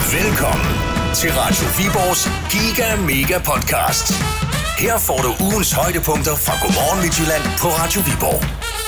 Velkommen til Radio Viborgs Giga Mega Podcast. Her får du ugens højdepunkter fra Godmorgen Midtjylland på Radio Viborg.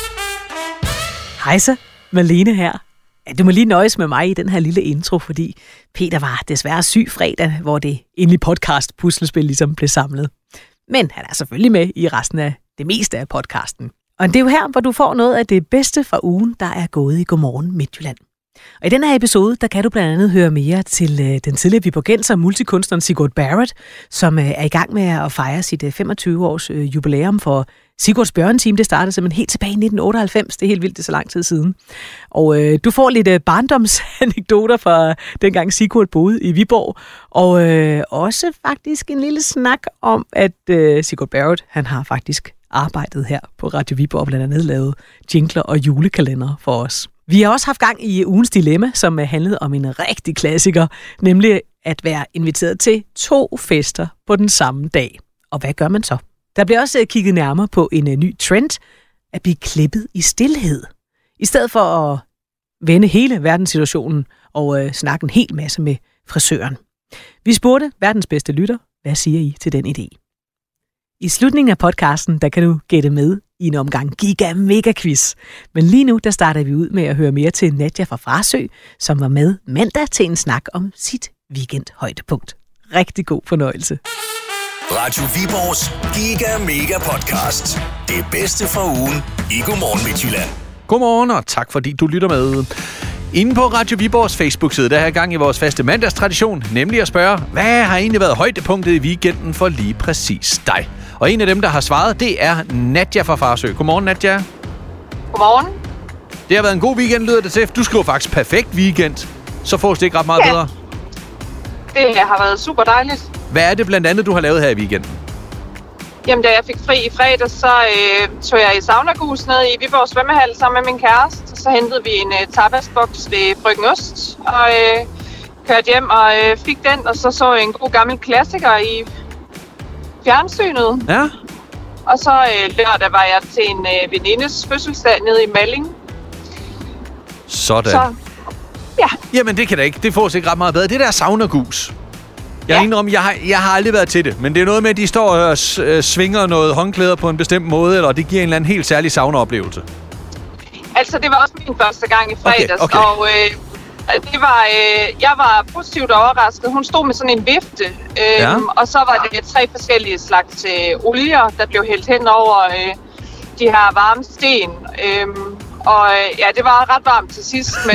Hej så, Malene her. Du må lige nøjes med mig i den her lille intro, fordi Peter var desværre syg fredag, hvor det endelige podcast-puslespil ligesom blev samlet. Men han er selvfølgelig med i resten af det meste af podcasten. Og det er jo her, hvor du får noget af det bedste fra ugen, der er gået i Godmorgen Midtjylland. Og i den her episode, der kan du blandt andet høre mere til den tidligere viborgenser multikunstneren Sigurd Barrett, som er i gang med at fejre sit 25-års jubilæum for Sigurds Bjørneteam. Det startede simpelthen helt tilbage i 1998. Det er helt vildt, det er så lang tid siden. Og du får lidt barndomsanekdoter fra dengang Sigurd boede i Viborg. Og også faktisk en lille snak om, at Sigurd Barrett, han har faktisk arbejdet her på Radio Viborg og blandt andet lavet jingler og julekalender for os. Vi har også haft gang i ugens dilemma, som handlede om en rigtig klassiker, nemlig at være inviteret til 2 fester på den samme dag. Og hvad gør man så? Der bliver også kigget nærmere på en ny trend, at blive klippet i stilhed. I stedet for at vende hele verdenssituationen og snakke en hel masse med frisøren. Vi spurgte verdens bedste lytter, hvad siger I til den idé? I slutningen af podcasten, der kan du gætte med i en omgang Giga Mega Quiz. Men lige nu, der starter vi ud med at høre mere til Nadja fra Frasø, som var med mandag til en snak om sit weekend-højdepunkt. Rigtig god fornøjelse. Radio Viborgs Giga Mega Podcast. Det bedste fra ugen i Godmorgen Midtjylland. Godmorgen, og tak fordi du lytter med. Inde på Radio Viborgs Facebook-side, der er i gang i vores faste mandagstradition, nemlig at spørge, hvad har egentlig været højdepunktet i weekenden for lige præcis dig? Og en af dem, der har svaret, det er Nadja fra Farsø. Godmorgen, Nadja. Godmorgen. Det har været en god weekend, lyder det til. Du skriver faktisk perfekt weekend. Så får det ikke ret meget bedre. Det har været super dejligt. Hvad er det blandt andet, du har lavet her i weekenden? Jamen, da jeg fik fri i fredag, så tog jeg i saunagus ned i Viborg svømmehal sammen med min kæreste. Så hentede vi en tapasboks ved Bryggen Ost og kørte hjem og fik den. Og så jeg en god gammel klassiker i fjernsynet. Ja. Og så lørdag var jeg til en venindes fødselsdag nede i Malling. Sådan. Så, ja. Jamen, det kan da ikke. Det får sig ikke ret meget bedre. Det der saunagus. Jeg har aldrig været til det, men det er noget med, at de står og svinger noget håndklæder på en bestemt måde, eller det giver en eller anden helt særlig saunaoplevelse. Altså, det var også min første gang i fredags, okay. Og jeg var positivt overrasket. Hun stod med sådan en vifte, og så var det 3 forskellige slags olier, der blev hældt hen over de her varme sten. Det var ret varmt til sidst, men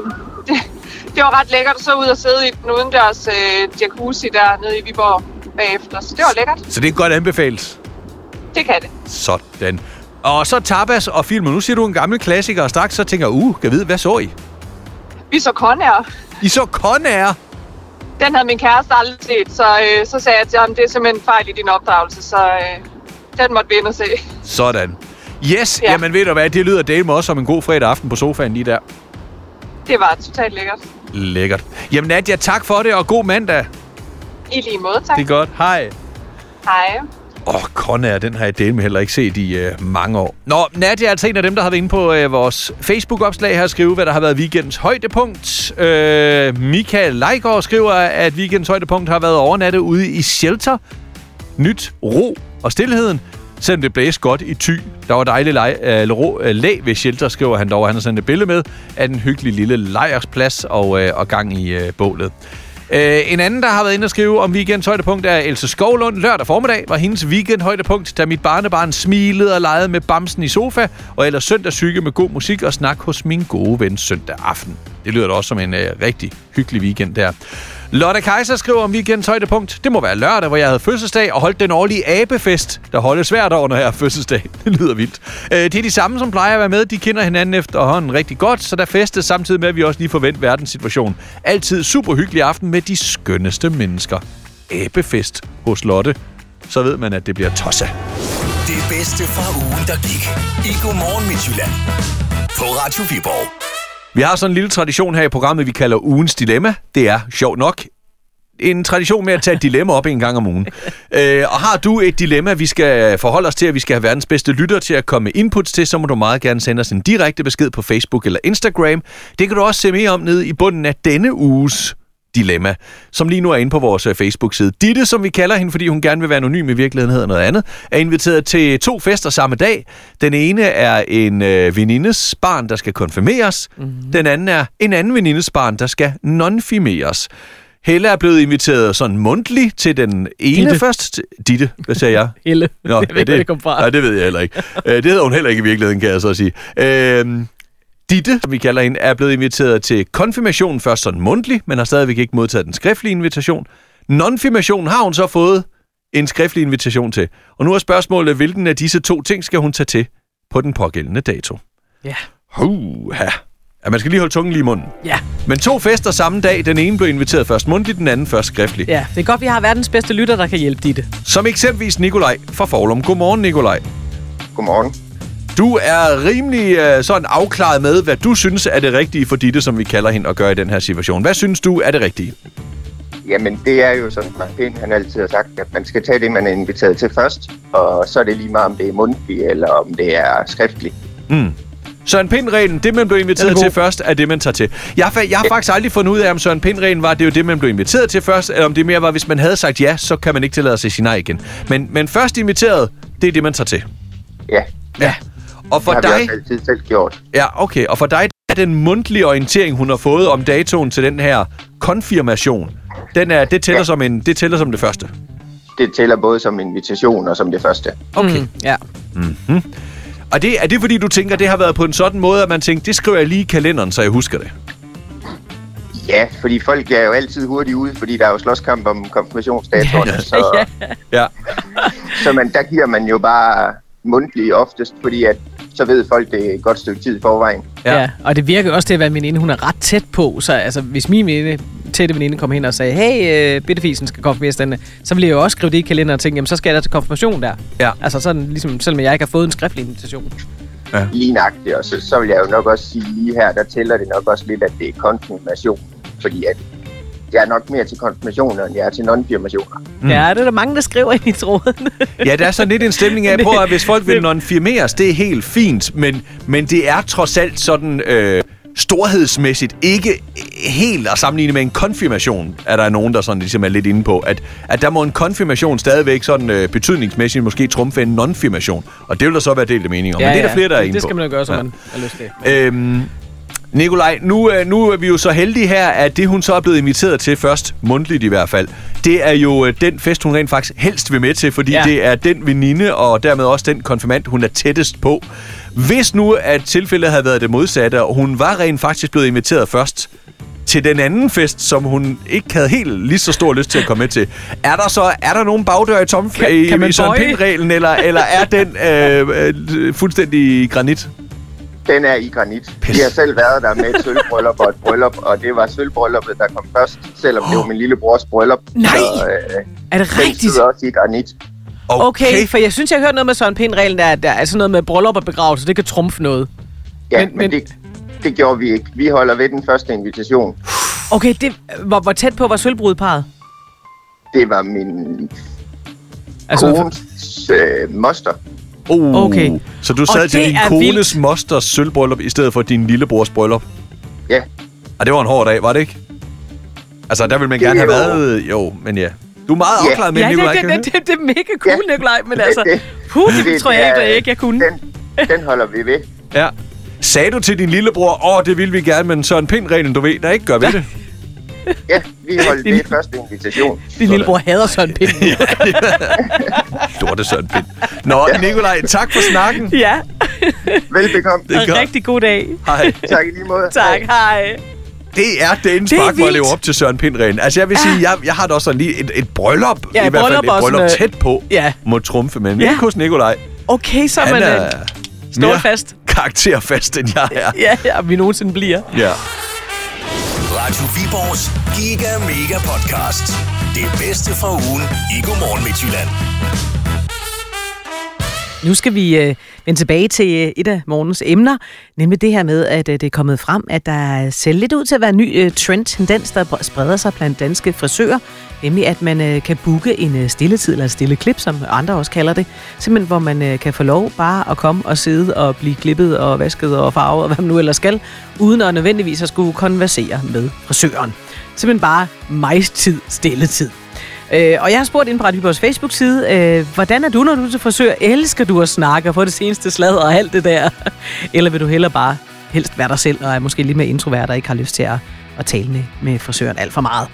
det var ret lækkert at så ud og sidde i den udendørs jacuzzi der nede i Viborg bagefter. Så det var lækkert. Så det er godt anbefales? Det kan det. Sådan. Og så tapas og film. Nu siger du en gammel klassiker, og straks så tænker kan jeg vide, hvad så I? Vi så Conair. I så Conair? Den havde min kæreste aldrig set, så sagde jeg til ham, det er simpelthen fejl i din opdragelse, så den måtte vi ind og se. Sådan. Yes, ja. Jamen ved du hvad, det lyder dame også som en god fredag aften på sofaen lige der. Det var totalt lækkert. Lækkert. Jamen Nadja, tak for det, og god mandag. I lige måde, tak. Det er godt. Hej. Hej. Conair, den har jeg delt med heller ikke set i mange år. Nå, Nadja er altså en af dem, der har været inde på vores Facebook-opslag her og skrive, hvad der har været weekendens højdepunkt. Michael Leigård skriver, at weekendens højdepunkt har været overnattet ude i shelter. Nyt ro og stilheden. Selvom det blæste godt i Thy. Der var dejlig læ ved shelter, skriver han dog. Han har sendt et billede med af den hyggelige lille lejrsplads og gang i bålet. En anden, der har været inde og skrive om weekends højdepunkt, er Else Skovlund. Lørdag formiddag var hendes weekend højdepunkt, da mit barnebarn smilede og legede med bamsen i sofa, og ellers søndagshygge med god musik og snak hos min gode ven søndag aften. Det lyder da også som en rigtig hyggelig weekend der. Lotte Kaiser skriver om weekends højdepunkt. Det må være lørdag, hvor jeg havde fødselsdag og holdt den årlige abefest, der holdes hvert år, når jeg har fødselsdag. Det lyder vildt. Det er de samme, som plejer at være med. De kender hinanden efterhånden rigtig godt, så der festes samtidig med, at vi også lige forventer verdenssituation. Altid super hyggelig aften med de skønneste mennesker. Abefest hos Lotte. Så ved man, at det bliver tosset. Det bedste fra ugen, der gik i Godmorgen Midtjylland på Radio Viborg. Vi har sådan en lille tradition her i programmet, vi kalder ugens dilemma. Det er sjovt nok en tradition med at tage et dilemma op en gang om ugen. Og har du et dilemma, vi skal forholde os til, at vi skal have verdens bedste lytter til at komme med inputs til, så må du meget gerne sende os en direkte besked på Facebook eller Instagram. Det kan du også se mere om nede i bunden af denne uges dilemma, som lige nu er inde på vores Facebook-side. Ditte, som vi kalder hende, fordi hun gerne vil være anonym i virkeligheden, hedder noget andet, er inviteret til 2 fester samme dag. Den ene er en venindes barn, der skal konfirmeres. Den anden er en anden venindes barn, der skal nonfimeres. Helle er blevet inviteret sådan mundtligt til den ene Ditte. først. Ditte, hvad sagde jeg? Helle. Nå, Jeg ved ikke, hvor det kom fra. Nej, det ved jeg heller ikke. Det hedder hun heller ikke i virkeligheden, kan jeg så sige. Ditte, som vi kalder hende, er blevet inviteret til konfirmation først sådan mundtligt, men har stadigvæk ikke modtaget den skriftlige invitation. Nonfirmation har hun så fået en skriftlig invitation til. Og nu er spørgsmålet, hvilken af disse 2 ting skal hun tage til på den pågældende dato? Ja. Ja, man skal lige holde tungen lige i munden. Ja. Men 2 fester samme dag. Den ene blev inviteret først mundtligt, den anden først skriftligt. Ja, det er godt, vi har verdens bedste lytter, der kan hjælpe Ditte. Som eksempelvis Nikolaj fra Foulum. Godmorgen, Nikolaj. Godmorgen. Du er rimelig sådan afklaret med, hvad du synes er det rigtige for Ditte, som vi kalder hende, at gøre i den her situation. Hvad synes du er det rigtige? Jamen, det er jo sådan, at han altid har sagt, at man skal tage det, man er inviteret til først, og så er det lige meget, om det er mundtligt, eller om det er skriftligt. Søren Pind-reglen, det man blev inviteret til først, er det, man tager til. Jeg har faktisk aldrig fundet ud af, om Søren Pind-reglen var, det jo det, man blev inviteret til først, eller om det mere var, hvis man havde sagt ja, så kan man ikke tillade sig at sige nej igen. Men først inviteret, det er det, man tager til. Ja. Og for det har vi dig... også altid selv gjort. Ja, okay. Og for dig er den mundtlige orientering, hun har fået om datoen til den her konfirmation, det tæller som det første. Det tæller både som invitation og som det første. Okay. Ja. Og er det fordi, du tænker, det har været på en sådan måde, at man tænker, det skriver jeg lige i kalenderen, så jeg husker det? Ja, fordi folk er jo altid hurtigt ude, fordi der er jo slåskamp om konfirmationsdatoerne. Så der giver man jo bare mundtligt oftest, fordi at så ved folk det er et godt stykke tid i forvejen. Ja, og det virker også til at være min veninde, hun er ret tæt på. Så altså, hvis min tætte veninde kom hen og sagde, hey, Bittefisen skal konfirmeres denne, så ville jeg jo også skrive det i kalenderen og tænke, jamen så skal jeg da til konfirmation der. Ja. Altså sådan, ligesom, selvom jeg ikke har fået en skriftlig invitation. Ja. Lige nøjagtigt, og så vil jeg jo nok også sige lige her, der tæller det nok også lidt, at det er konfirmation. Fordi at jeg er nok mere til konfirmationer, end jeg er til non-firmationer. Ja, det er der mange, der skriver ind i tråden. Ja, der er sådan lidt en stemning af, at hvis folk vil non-firmeres, det er helt fint, men det er trods alt sådan storhedsmæssigt ikke helt at sammenligne med en konfirmation, er der nogen, der sådan ligesom er lidt inde på, at der må en konfirmation stadigvæk sådan betydningsmæssigt måske trumfe en non-firmation, og det vil der så være delte mening om, men det er der flere, der er inde på. Det skal man jo gøre, som man har lyst til. Nikolaj, nu er vi jo så heldige her, at det hun så er blevet inviteret til først, mundtligt i hvert fald, det er jo den fest, hun rent faktisk helst vil med til, fordi det er den veninde, og dermed også den konfirmand, hun er tættest på. Hvis nu, at tilfældet havde været det modsatte, og hun var rent faktisk blevet inviteret først til den anden fest, som hun ikke havde helt lige så stor lyst til at komme med til, er der nogen bagdør i Søren Pind-reglen, eller er den fuldstændig granit? Den er i granit. Vi har selv været der med et sølvbryllup og et bryllup, og det var sølvbrylluppet, der kom først, selvom det var min lillebrors bryllup. Nej! Så, er det rigtigt? Det sidder også i granit. Okay, for jeg synes, jeg har hørt noget med Søren Pind-reglen, der er sådan noget med bryllup og begravelse, det kan trumfe noget. Ja, men det gjorde vi ikke. Vi holder ved den første invitation. Okay, hvor tæt på var sølvbrudeparret? Det var min kones moster. Okay. Så du sad til din kones mosters sølvbryllup i stedet for din lillebrors bryllup? Ja. Og det var en hård dag, var det ikke? Altså, der ville man gerne have været... Jo, men ja. Du er meget afklaret med, Nikolaj. Det er mega cool, Nikolaj, men altså... det tror jeg ikke, jeg kunne. Den holder vi ved. Ja. Sagde du til din lillebror, det vil vi gerne, men Søren Pind-reglen, du ved, der ikke gør ved det? Ja, vi holdt det første invitation. Din lillebror hader Søren Pind. Lorte Søren Pind. Nå, Nikolaj, tak for snakken. Ja. Velbekomme. Rigtig god dag. Hej. Tak i lige måde. Tak, hej. Det er den spark, hvor jeg lever op til Søren Pind-reglen. Altså, jeg vil sige, jeg har da også lige et bryllup, i hvert fald et bryllup tæt på, mod trumfe, men ikke hos Nikolaj. Okay, så man står fast. Karakterfast, end jeg er. Ja, vi nogensinde bliver. Ja. Radio Viborgs Giga Mega Podcast. Det bedste fra ugen i Godmorgen Midtjylland. Nu skal vi vende tilbage til et af morgens emner, nemlig det her med, at det er kommet frem, at der ser lidt ud til at være en ny trend-tendens, der spreder sig blandt danske frisører, nemlig at man kan booke en stilletid eller et stille klip, som andre også kalder det, simpelthen hvor man kan få lov bare at komme og sidde og blive klippet og vasket og farvet og hvad man nu ellers skal, uden at nødvendigvis at skulle konversere med frisøren. Simpelthen bare majstid, stilletid. Og jeg har spurgt ind på Radio Viborgs Facebook-side, hvordan er du, når du er til frisør? Elsker du at snakke og få det seneste sladder og alt det der? Eller vil du hellere bare helst være dig selv og er måske lidt mere introvert og ikke har lyst til at tale med frisøren alt for meget?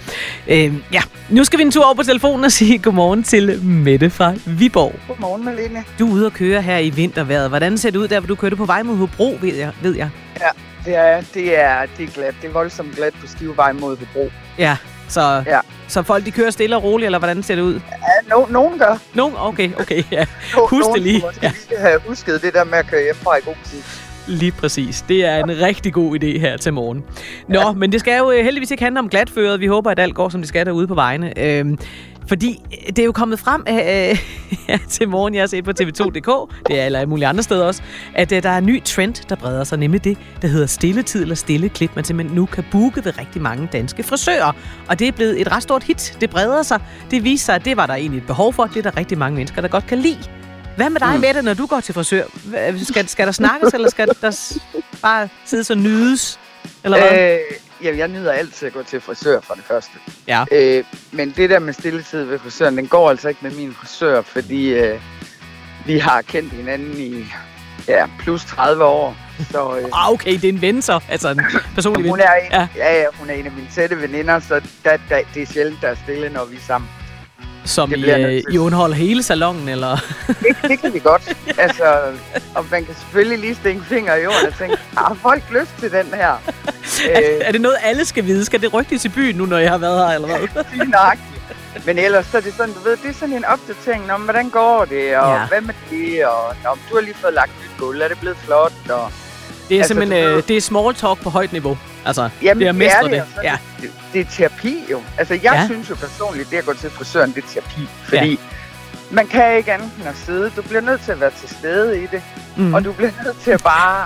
Nu skal vi en tur over på telefonen og sige godmorgen til Mette fra Viborg. Godmorgen, Malene. Du er ude at køre her i vintervejret. Hvordan ser det ud der, hvor du kørte på vej mod Hobro, ved jeg? Ja, det er glat. Det er voldsomt glat på Skivevej mod Hobro. Ja. Så folk de kører stille og roligt, eller hvordan ser det ud? Ja, nogen gør. Nogen? Okay, ja. Husk det lige. Ja. Lige have husket det der med at køre hjemmefra i god tid. Lige præcis. Det er en rigtig god idé her til morgen. Nå, men det skal jo heldigvis ikke handle om glatføret. Vi håber, at alt går, som det skal derude på vejene. Fordi det er jo kommet frem til morgen, jeg har set på tv2.dk, det er eller mulige andre steder også, at der er en ny trend, der breder sig, nemlig det, der hedder stilletid eller stille klip, man simpelthen nu kan booke ved rigtig mange danske frisører. Og det er blevet et ret stort hit. Det breder sig. Det viser sig, at det var der egentlig et behov for. Det er der rigtig mange mennesker, der godt kan lide. Hvad med dig, Mette, når du går til frisør? Skal der snakkes, eller skal der bare sidde så nydes? Eller hvad? Jeg nyder altid at gå til frisør for det første. Ja. Men det der med stilletid ved frisøren, den går altså ikke med min frisør, fordi vi har kendt hinanden i plus 30 år. Så, okay, det er en ven så, altså en personlig ven. Hun er en af mine tætte veninder, så det er sjældent, der er stille, når vi er sammen. Som I underholder hele salongen, eller? Det kan vi godt. Altså, og man kan selvfølgelig lige stikke fingre i jorden og tænke, har folk lyst til den her? Er det noget, alle skal vide? Skal det rygtes i byen nu, når jeg har været her, eller hvad? Men ellers så er det sådan, du ved, det er sådan en opdatering om, hvordan går det, og hvad med det, og du har lige fået lagt nyt gulv, er det blevet flot, og... Det er simpelthen, det er small talk på højt niveau. Altså, jamen, det er mestre det. Ja. Det er terapi jo. Altså, jeg synes jo personligt, det at gå til frisøren, det er terapi. Fordi man kan ikke andet end at sidde. Du bliver nødt til at være til stede i det. Og du bliver nødt til at bare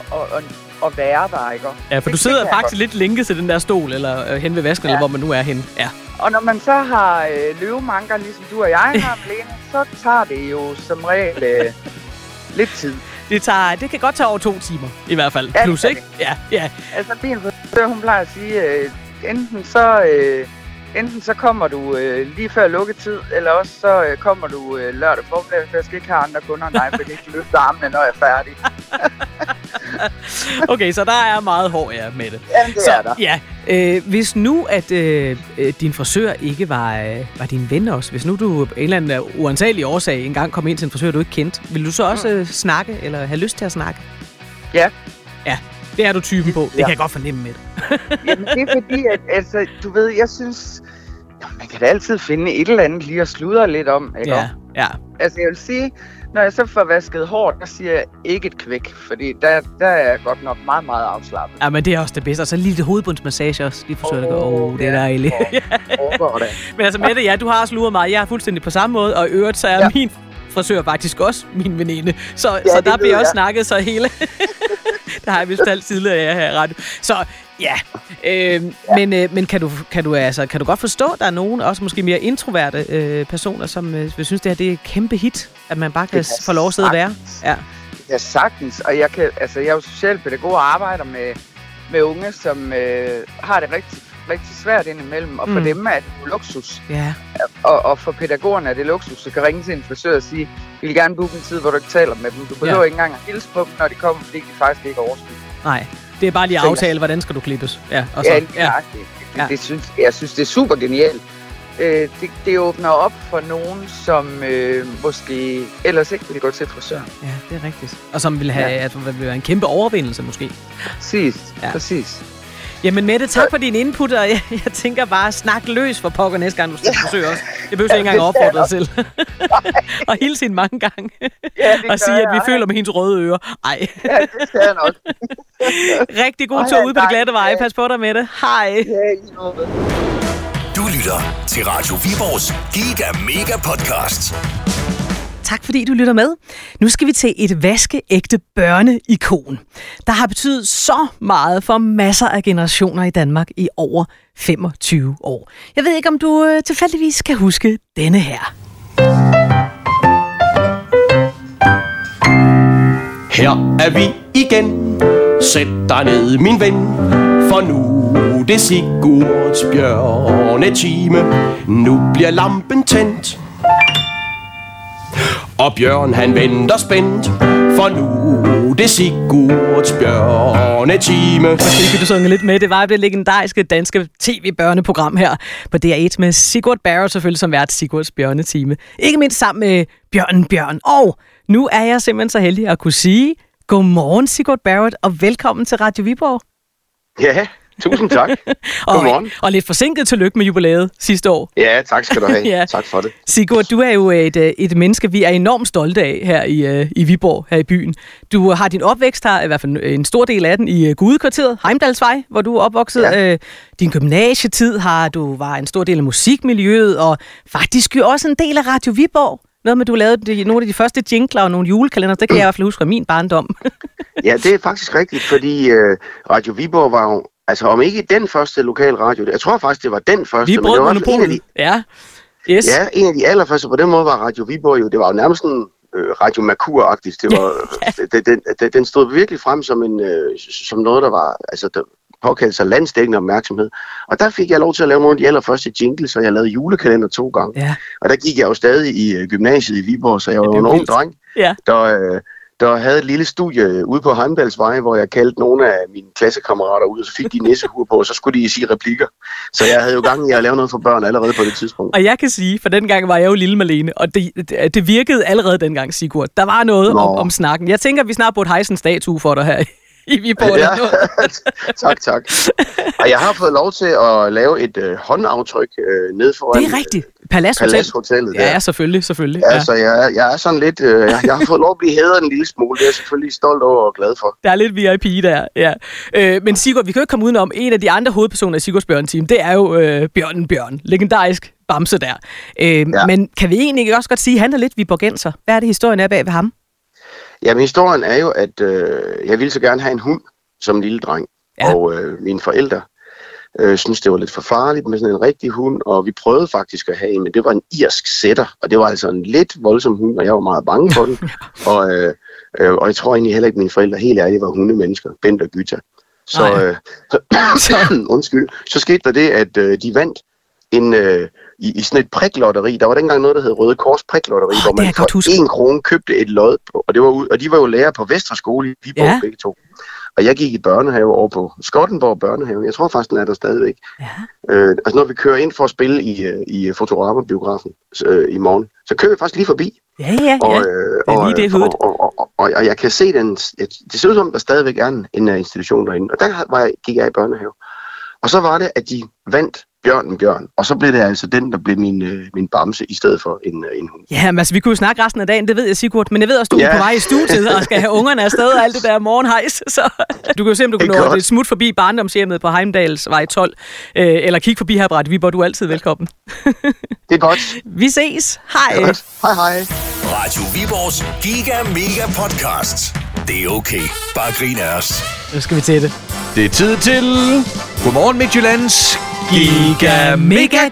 at være der, ikke? Ja, for du sidder faktisk lidt længe til den der stol, eller hen ved vasken, eller hvor man nu er henne. Ja. Og når man så har løvemanker, ligesom du og jeg har, Malene, så tager det jo som regel lidt tid. Det kan godt tage over 2 timer, i hvert fald. Ja, plus, ikke? Ja. Altså, min frisør, hun plejer at sige, enten så kommer du lige før lukketid, eller også så kommer du lørdag formiddag, for jeg skal ikke have andre kunder end dig, for jeg kan ikke løfte armene, når jeg er færdig. Okay, så der er meget hår med det. Jamen, det er der. Ja, hvis nu, at din frisør ikke var din ven også, hvis nu du på en eller anden uansagelig årsag engang kom ind til en frisør, du ikke kendte, vil du så også snakke, eller have lyst til at snakke? Ja. Ja, det er du typen på. Det kan jeg godt fornemme med det. Jamen, det er fordi, at altså, du ved, jeg synes, man kan da altid finde et eller andet lige at sludre lidt om, ikke? Ja. Altså, jeg vil sige, når jeg så får vasket hår, der siger jeg ikke et kvæk, fordi der er jeg godt nok meget, meget afslappet. Ja, men det er også det bedste. Og så lige det hovedbundsmassage også. Lige forsøger det. Det er dejligt. Men altså Mette, du har også luret mig. Jeg er fuldstændig på samme måde, og i øvrigt så er min frisør faktisk også min veninde. Så der bliver også snakket så hele. Der har jeg vist alt tidligere her i radio. Så men kan du godt forstå, at der er nogen, også måske mere introverte personer, som vil synes, det her det er et kæmpe hit, at man bare kan få lov at sidde og være? Ja, sagtens. Og jeg er jo socialpædagog og arbejder med unge, som har det rigtig svært indimellem, og for dem er det jo luksus. Ja. Og for pædagogerne er det luksus, du kan ringe til en frisør og sige, vi vil gerne booke en tid, hvor du ikke taler med dem. Du behøver ikke engang at hilse på dem, når de kommer, fordi de faktisk ikke overskud. Nej, det er bare lige at aftale, hvordan skal du klippes. Jeg synes, det er super genialt. Det åbner op for nogen, som måske ellers ikke vil gå til frisøren. Ja, det er rigtigt. Og som vil have at det vil være en kæmpe overvindelse måske. Præcis. Jamen Mette, tak for din input, og jeg tænker bare, snak løs for pokker næste gang, du skal forsøge også. Jeg behøver ikke engang opfordre dig til. Og hilse hende mange gange. Og sige, at vi føler med hendes røde ører. Ej. Ja, det skal jeg nok. Rigtig god tur ud på det glatte veje. Pas på dig, Mette. Hej. Du lytter til Radio Viborgs Giga Mega Podcast. Tak fordi du lytter med. Nu skal vi til et vaskeægte børneikon, der har betydet så meget for masser af generationer i Danmark i over 25 år. Jeg ved ikke, om du tilfældigvis kan huske denne her. Her er vi igen. Sæt dig ned, min ven, for nu det Sigurds bjørnetime. Nu bliver lampen tændt, og Bjørn han venter spændt, for nu det Sigurds bjørnetime. Måske kan du synge lidt med. Det var det legendariske danske tv-børneprogram her på DR1 med Sigurd Barrett selvfølgelig som vært Sigurds bjørnetime. Ikke mindst sammen med Bjørn. Og nu er jeg simpelthen så heldig at kunne sige godmorgen Sigurd Barrett, og velkommen til Radio Viborg. Ja, tusind tak. Godmorgen. Og lidt forsinket tillykke med jubilæet sidste år. Ja, tak skal du have. Ja. Tak for det. Sigurd, du er jo et menneske, vi er enormt stolte af her i Viborg, her i byen. Du har din opvækst her, i hvert fald en stor del af den, i Gudekvarteret, Heimdalsvej, hvor du er opvokset. Ja. Din gymnasietid var en stor del af musikmiljøet, og faktisk jo også en del af Radio Viborg. Noget med, du lavede nogle af de første jingler og nogle julekalender. Det kan jeg i hvert fald huske fra min barndom. Ja, det er faktisk rigtigt, fordi Radio Viborg var jo, altså om ikke den første lokal radio, jeg tror faktisk, det var den første. Vi brød monopolet. Ja. Yes. Ja, en af de allerførste. På den måde var Radio Viborg jo, det var jo nærmest sådan Radio Merkur-agtigt. Det var, den stod virkelig frem som som noget, der var, altså der påkaldte sig landsdækkende opmærksomhed. Og der fik jeg lov til at lave nogle af de allerførste jingles, og jeg lavede julekalender 2 gange. Ja. Og der gik jeg jo stadig i gymnasiet i Viborg, så jeg var en ung dreng, der havde et lille studie ude på Heimdalsvej, hvor jeg kaldte nogle af mine klassekammerater ud, og så fik de nissehuer på, og så skulle de sige replikker. Så jeg havde jo gang i at lave noget for børn allerede på det tidspunkt. Og jeg kan sige, for dengang var jeg jo lille Malene, og det virkede allerede dengang, Sigurd. Der var noget om snakken. Jeg tænker, at vi snart burde hejse en statue for dig her i Viborg. Ja, tak. Og jeg har fået lov til at lave et håndaftryk ned foran. Det er rigtigt. Palashotellet. Ja, selvfølgelig. Ja, så jeg er sådan lidt. Jeg har fået lov at blive hædret en lille smule. Det er jeg selvfølgelig stolt over og glad for. Der er lidt VIP der, ja. Men Sigurd, vi kan jo ikke komme udenom. En af de andre hovedpersoner i Sigurds Bjørn-team, det er jo Bjørn. Legendarisk bamse der. Men kan vi egentlig også godt sige, at han er lidt viborgenser? Hvad er det, historien er bag ved ham? Jamen, historien er jo, at jeg ville så gerne have en hund som lille dreng. Ja. Og mine forældre synes, det var lidt for farligt med sådan en rigtig hund, og vi prøvede faktisk at have en, men det var en irsk setter, og det var altså en lidt voldsom hund, og jeg var meget bange for den. Og jeg tror egentlig heller ikke, at mine forældre helt ærligt var hundemennesker, Bent og Gytta. Så undskyld. Så skete der det, at de vandt i sådan et priklotteri. Der var dengang noget, der hed Røde Kors priklotteri, hvor man for 1 krone købte et lod på, og de var jo lærer på Vestre Skole i Viborg begge to. Og jeg gik i børnehave over på Skottenborg børnehave. Jeg tror faktisk, den er der stadigvæk. Ja. Altså når vi kører ind for at spille i Fotorama-biografen i morgen, så kører vi faktisk lige forbi. Ja. Det er lige det hovedet. Og jeg kan se den. Det ser ud som, der stadigvæk er en institution derinde. Og der gik jeg i børnehave. Og så var det, at de vandt Bjørn. Og så blev det altså den, der blev min bamse, i stedet for en hund. Ja, men altså, vi kunne jo snakke resten af dagen, det ved jeg, Sigurd. Men jeg ved også, du er på vej i studiet og skal have ungerne afsted og alt det der morgenhejs. Så du kan jo se, om du kan nå et smut forbi barndomshjemmet på Heimdalsvej 12. Eller kigge forbi her på Radio Viborg. Du er altid velkommen. Det er godt. Vi ses. Hej. Hej. Radio Viborgs Giga Mega Podcast. Det er okay. Bare grin af os. Nu skal vi til det. Det er tid til Godmorgen Midtjyllands Giga Mega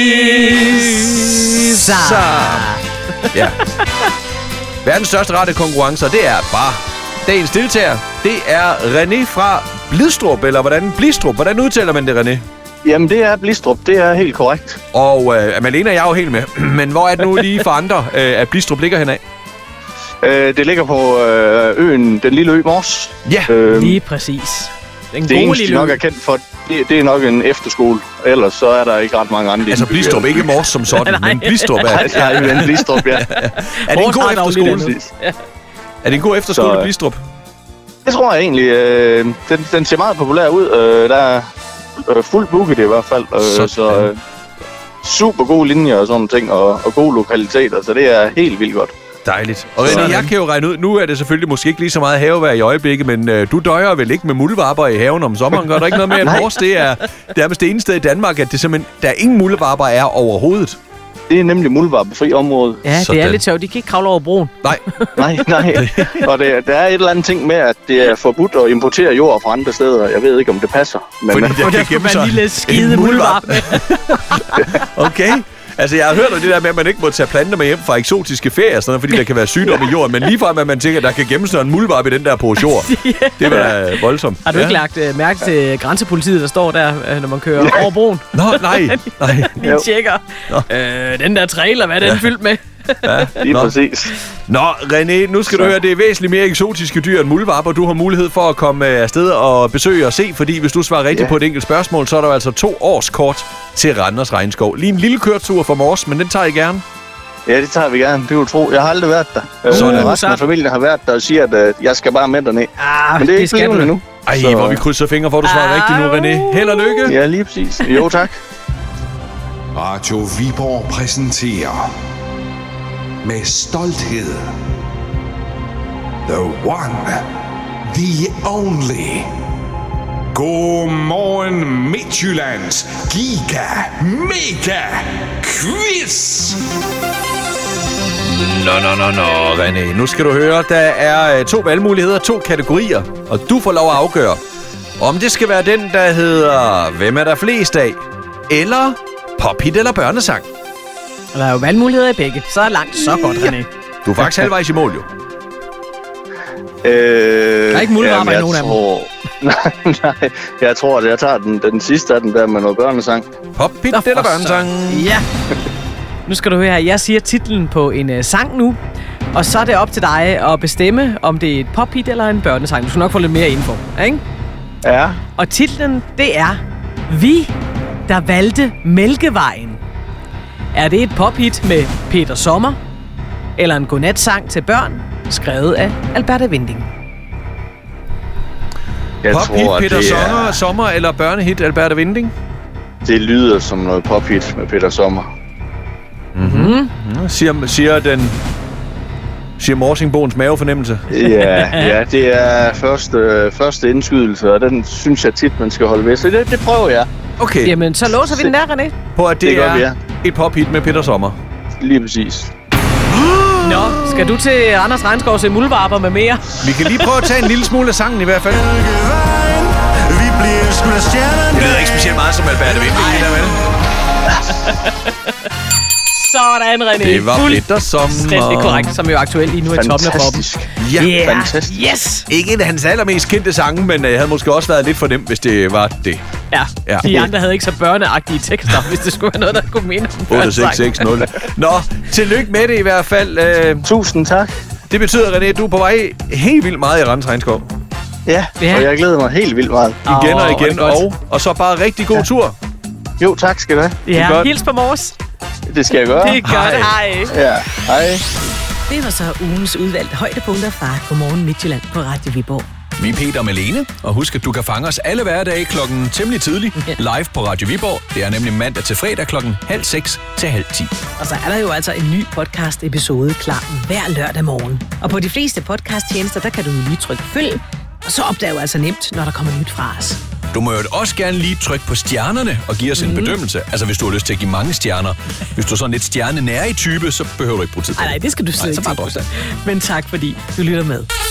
Quiz. Ja. Verdens største radiokonkurrencer, det er bare dagens deltager. Det er René fra Blidstrup, eller hvordan udtaler man det, René? Jamen, det er Blidstrup. Det er helt korrekt. Og Malene og jeg er jo helt med. Men hvor er det nu lige for andre, at Blidstrup ligger henad? Det ligger på øen, den lille ø Mors. Ja, lige præcis. Det eneste, de nok er kendt for, det er nok en efterskole. Ellers så er der ikke ret mange andre. Altså Blidstrup, ikke Mors som sådan, men Blidstrup er... Ja, en Blidstrup, ja. Er det en god efterskole? Er det en god efterskole, Blidstrup? Det tror jeg egentlig. Den ser meget populær ud. Der er fuldt booket i hvert fald. Så super gode linjer og sådan ting, og gode lokaliteter. Så det er helt vildt godt. Dejligt. Og René, jeg kan jo regne ud, nu er det selvfølgelig måske ikke lige så meget havevejr i øjeblikket, men du døjer vel ikke med muldvarper i haven om sommeren? Gør der ikke noget med, at Mors, det er det eneste sted i Danmark, at det simpelthen, der ingen muldvarper er overhovedet? Det er nemlig muldvarpefri område. Ja, det er lidt sjovt. De kan ikke kravle over broen. Nej. Nej. Og der er et eller andet ting med, at det er forbudt at importere jord fra andre steder. Jeg ved ikke, om det passer. Men Fordi der kan gemme sig en lille skide muldvarp med. Okay. Altså, jeg har hørt om det der med, at man ikke må tage planter med hjem fra eksotiske ferier, sådan noget, fordi der kan være sygdom i jorden. Men lige fra, at man tænker, at der kan gemmes en muldvarp i den der pose jord. Det var voldsomt. Har du ikke lagt mærke til grænsepolitiet, der står der, når man kører over broen? Nå, nej. De tjekker. Den der trailer, hvad er den fyldt med? Ja, lige præcis. Nå, René, nu skal du høre, det er væsentligt mere eksotiske dyr end muldvarper. Du har mulighed for at komme afsted og besøge og se, fordi hvis du svarer rigtigt på et enkelt spørgsmål, så er der altså 2 års kort til Randers Regnskov. Lige en lille køretur fra Mors, men den tager I gerne. Ja, det tager vi gerne. Det er utro. Jeg har aldrig været der. Resten af familien har været der og siger, at jeg skal bare med derned. Men det er ikke levende nu. Ej, hvor vi krydser fingre for, at du svarer rigtigt nu, René. Held og lykke. Ja, lige præcis. Jo, tak. Radio Viborg præsenterer med stolthed The One, The Only. Godmorgen Midtjyllands Giga Mega Quiz. Nå, René. Nu skal du høre, der er 2 valgmuligheder, 2 kategorier, og du får lov at afgøre, om det skal være den, der hedder Hvem er der flest af? Eller Pophit eller børnesang. Der er jo valgmuligheder i begge. Så er langt så godt, René. Du er faktisk halvvejs i mål, jo. Der er ikke muldvarper i nogen af dem. Nej, jeg tror, at jeg tager den sidste af den der med noget børnesang. Pophit eller børnesang. Ja. Nu skal du høre her. Jeg siger titlen på en sang nu, og så er det op til dig at bestemme, om det er et pophit eller en børnesang. Du skal nok få lidt mere info, ikke? Ja. Og titlen, det er Vi, der valgte Mælkevejen. Er det et pophit med Peter Sommer, eller en godnatsang til børn, skrevet af Alberta Winding? Pophit, Peter Sommer eller børnehit Alberta Winding? Det lyder som noget pophit med Peter Sommer. Siger Morsingbogens mavefornemmelse? Ja, det er første indskydelse, og den synes jeg tit, man skal holde ved. Så det prøver jeg. Okay. Jamen, så låser vi den der, René. På at det er et pophit med Peter Sommer. Lige præcis. Nå, skal du til Randers Regnskov og se muldvarper med mere? Vi kan lige prøve at tage en lille smule af sangen i hvert fald. Det lyder ikke specielt meget som Alberta Winding, det der, vel? Sådan, René. Det var Peter Sommer. Det er korrekt, som jo aktuelt lige nu i toppen af poppen. Ja, fantastisk. Yes. Ikke en af hans allermest kendte sange, men havde måske også været lidt for nemt, hvis det var det. Ja. De andre havde ikke så børneagtige tekster, hvis det skulle være noget, der kunne minde om børnesang. 8660. Nå, tillykke med det i hvert fald. Tusind tak. Det betyder, René, at du er på vej helt vildt meget i Randers Regnskov. Ja, og jeg glæder mig helt vildt meget. Igen og igen, og så bare rigtig god tur. Jo, tak skal du have. Ja, hils på Mors. Det skal jeg gøre. Det er godt, hej. Ja, hej. Det var så ugens udvalgte højdepunkter fra Godmorgen Midtjylland på Radio Viborg. Vi er Peter og Malene, og husk, at du kan fange os alle hverdage klokken temmelig tidligt live på Radio Viborg. Det er nemlig mandag til fredag klokken 5:30 til 9:30. Og så er der jo altså en ny podcast-episode klar hver lørdag morgen. Og på de fleste podcast-tjenester, der kan du lige trykke følg, og så opdager du altså nemt, når der kommer nyt fra os. Du må jo også gerne lige trykke på stjernerne og give os en bedømmelse. Altså, hvis du har lyst til at give mange stjerner. Hvis du er sådan lidt stjernenære i type, så behøver du ikke bruge tid på det. Nej, det skal du slet ikke. Så bare drøs det. Men tak, fordi du lytter med.